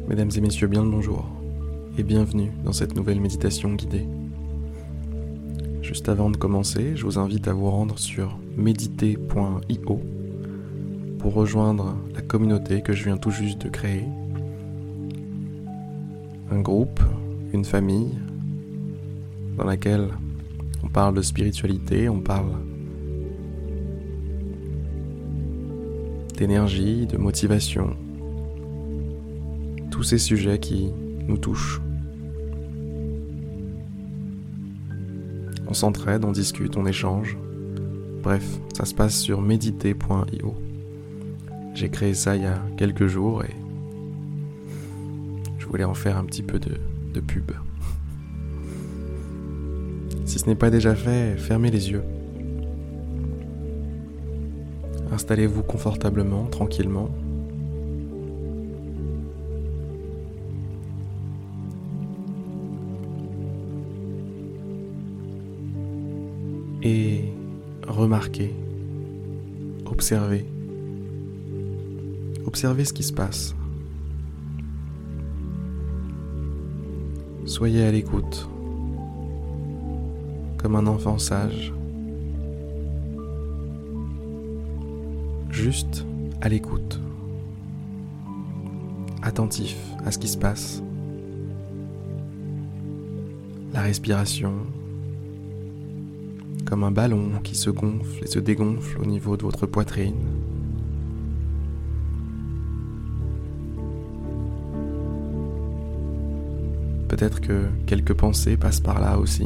Mesdames et messieurs, bien le bonjour et bienvenue dans cette nouvelle méditation guidée. Juste avant de commencer, je vous invite à vous rendre sur mediter.io pour rejoindre la communauté que je viens tout juste de créer. Un groupe, une famille dans laquelle on parle de spiritualité, on parle d'énergie, de motivation, tous ces sujets qui nous touchent. On s'entraide, on discute, on échange. Bref, ça se passe sur mediter.io. J'ai créé ça il y a quelques jours et je voulais en faire un petit peu de pub. Si ce n'est pas déjà fait, fermez les yeux. Installez-vous confortablement, tranquillement. Et remarquez, observez ce qui se passe. Soyez à l'écoute, comme un enfant sage. Juste à l'écoute, attentif à ce qui se passe. La respiration, comme un ballon qui se gonfle et se dégonfle au niveau de votre poitrine. Peut-être que quelques pensées passent par là aussi.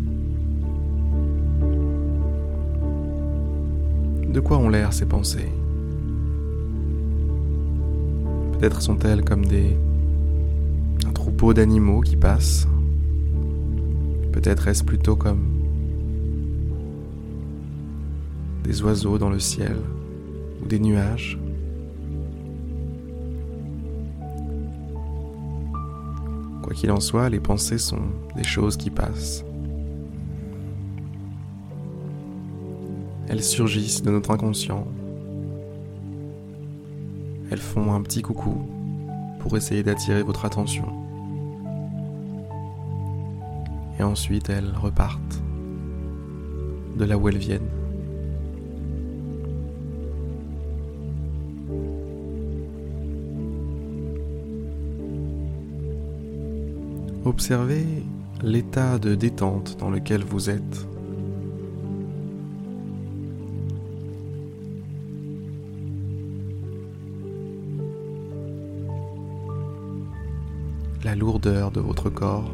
De quoi ont l'air ces pensées ? Peut-être sont-elles comme un troupeau d'animaux qui passent. Peut-être est-ce plutôt comme des oiseaux dans le ciel ou des nuages. Quoi qu'il en soit, les pensées sont des choses qui passent. Elles surgissent de notre inconscient. Elles font un petit coucou pour essayer d'attirer votre attention. Et ensuite, elles repartent de là où elles viennent. Observez l'état de détente dans lequel vous êtes. La lourdeur de votre corps.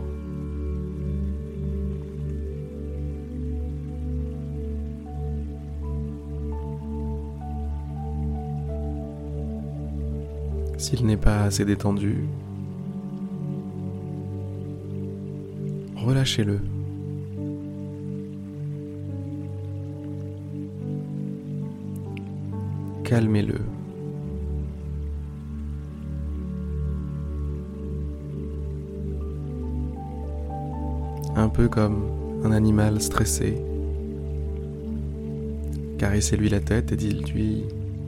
S'il n'est pas assez détendu, relâchez-le. Calmez-le. Un peu comme un animal stressé. Caressez-lui la tête et dites-lui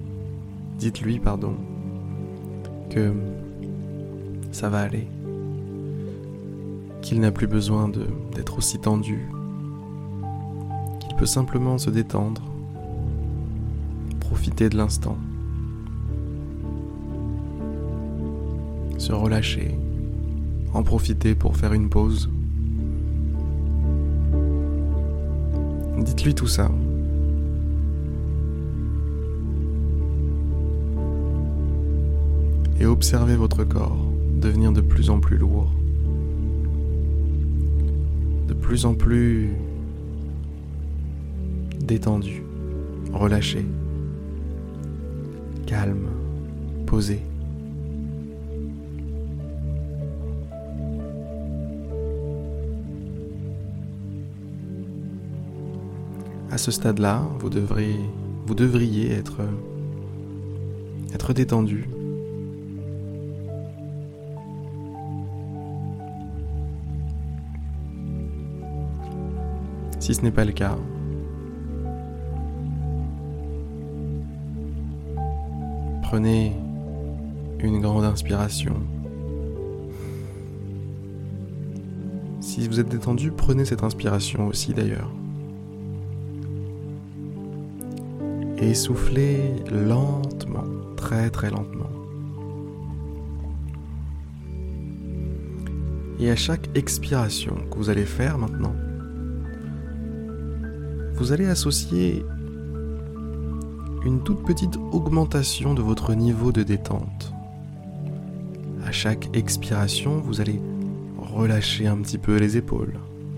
que ça va aller. Qu'il n'a plus besoin d'être aussi tendu, qu'il peut simplement se détendre, profiter de l'instant, se relâcher, en profiter pour faire une pause. Dites-lui tout ça. Et observez votre corps devenir de plus en plus lourd. De plus en plus détendu, relâché, calme, posé. À ce stade-là, vous devriez être détendu. Si ce n'est pas le cas, prenez une grande inspiration Si vous êtes détendu, prenez cette inspiration aussi d'ailleurs. Et soufflez lentement, très très lentement. Et à chaque expiration que vous allez faire maintenant, vous allez associer une toute petite augmentation de votre niveau de détente. À chaque expiration, vous allez relâcher un petit peu les épaules.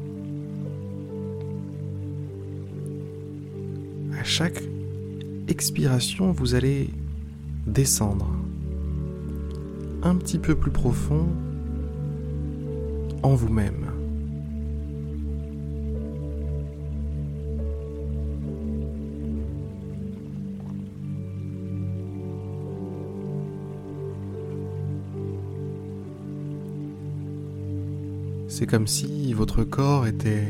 À chaque expiration, vous allez descendre un petit peu plus profond en vous-même. C'est comme si votre corps était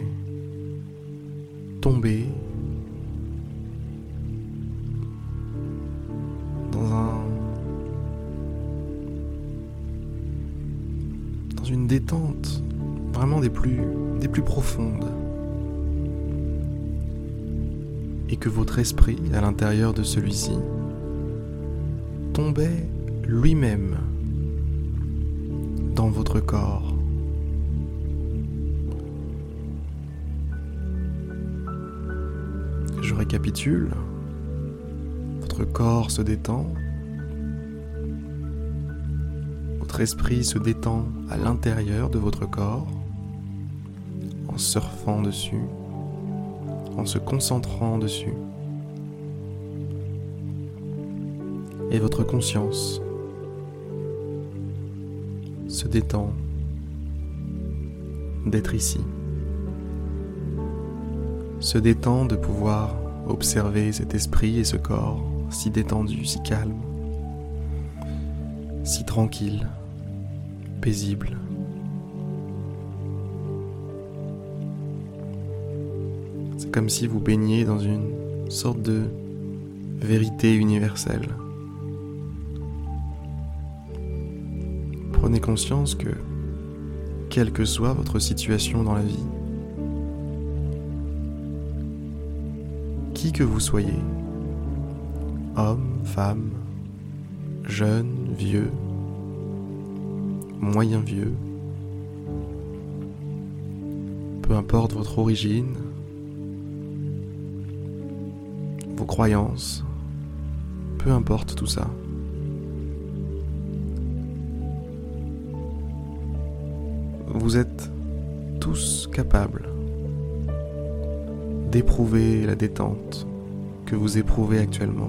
tombé dans une détente vraiment des plus profondes, et que votre esprit à l'intérieur de celui-ci tombait lui-même dans votre corps. Je récapitule. Votre corps se détend. Votre esprit se détend à l'intérieur de votre corps, en surfant dessus, en se concentrant dessus. Et votre conscience se détend d'être ici, se détend de pouvoir observer cet esprit et ce corps si détendu, si calme, si tranquille, paisible. C'est comme si vous baigniez dans une sorte de vérité universelle. Prenez conscience que, quelle que soit votre situation dans la vie, qui que vous soyez, homme, femme, jeune, vieux, moyen vieux, peu importe votre origine, vos croyances, peu importe tout ça. Vous êtes tous capables d'éprouver la détente que vous éprouvez actuellement.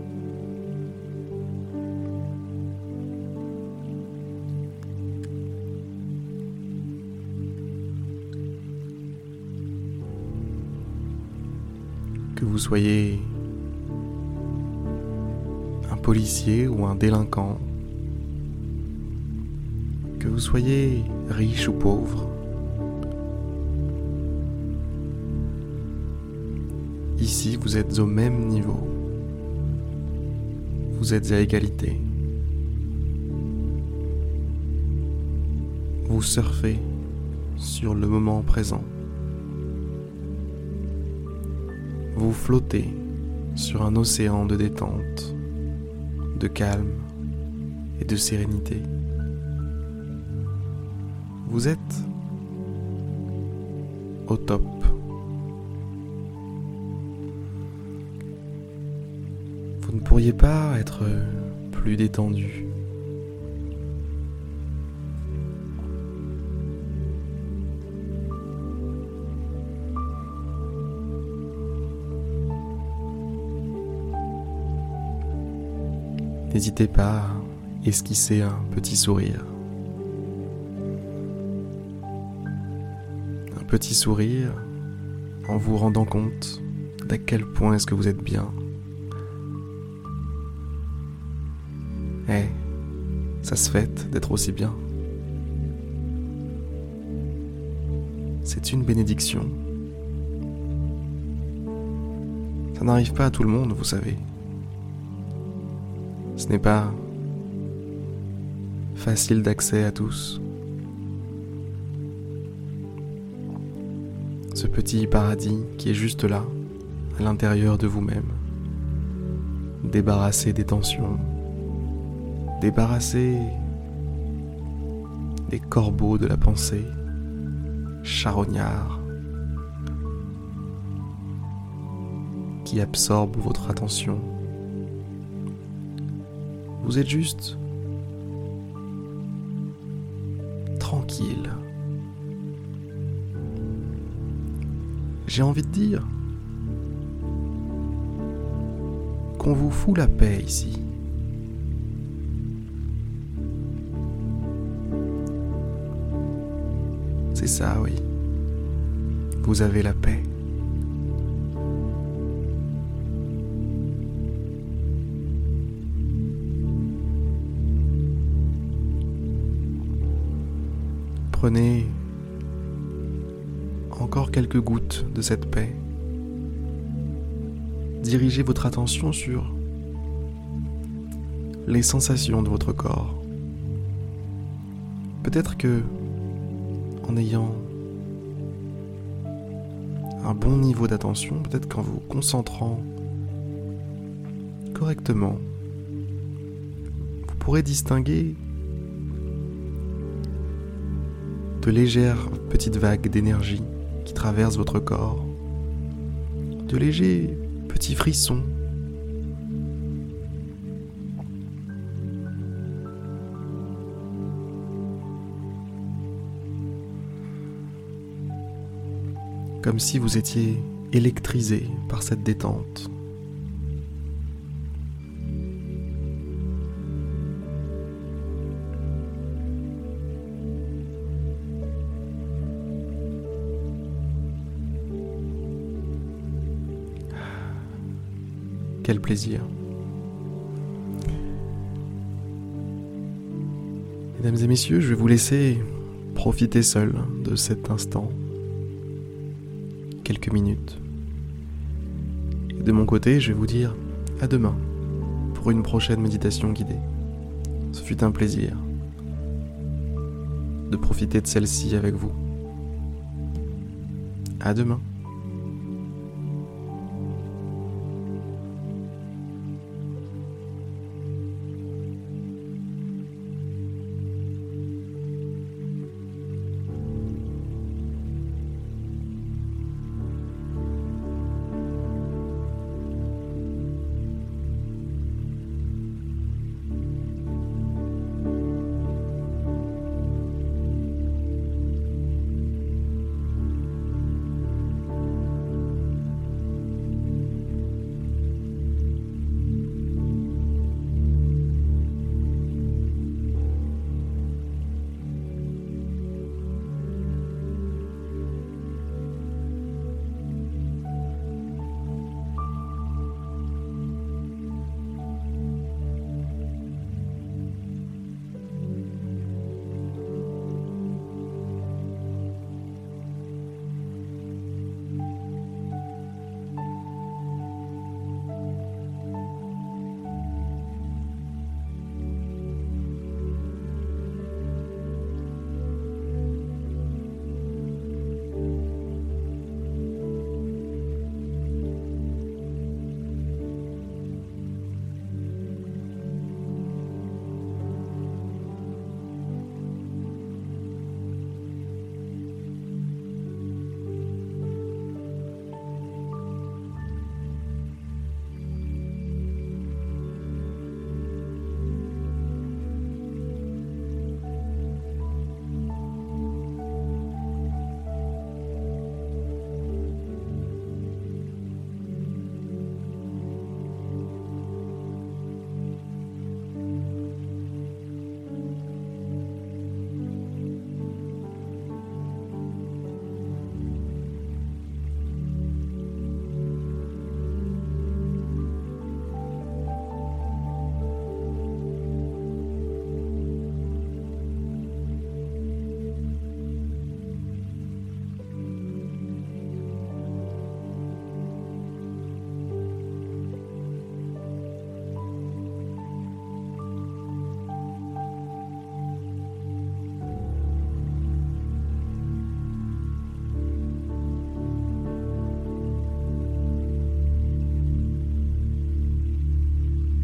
Que vous soyez un policier ou un délinquant, que vous soyez riche ou pauvre, ici vous êtes au même niveau, vous êtes à égalité, vous surfez sur le moment présent, vous flottez sur un océan de détente, de calme et de sérénité. Vous êtes au top. Vous ne pourriez pas être plus détendu. N'hésitez pas à esquisser un petit sourire. Un petit sourire en vous rendant compte d'à quel point est-ce que vous êtes bien. Ça se fait d'être aussi bien. C'est une bénédiction. Ça n'arrive pas à tout le monde, vous savez. Ce n'est pas facile d'accès à tous. ce petit paradis qui est juste là, à l'intérieur de vous-même. Débarrassé des tensions, débarrassé des corbeaux de la pensée, charognards, qui absorbent votre attention. Vous êtes juste tranquille. J'ai envie de dire qu'on vous fout la paix ici. C'est ça, oui. Vous avez la paix. Prenez encore quelques gouttes de cette paix. Dirigez votre attention sur les sensations de votre corps. Peut-être que, en ayant un bon niveau d'attention, peut-être qu'en vous concentrant correctement, vous pourrez distinguer de légères petites vagues d'énergie qui traversent votre corps, de légers petits frissons, comme si vous étiez électrisé par cette détente. Quel plaisir. Mesdames et messieurs, je vais vous laisser profiter seul de cet instant. Quelques minutes. Et de mon côté, je vais vous dire à demain pour une prochaine méditation guidée. Ce fut un plaisir de profiter de celle-ci avec vous. À demain.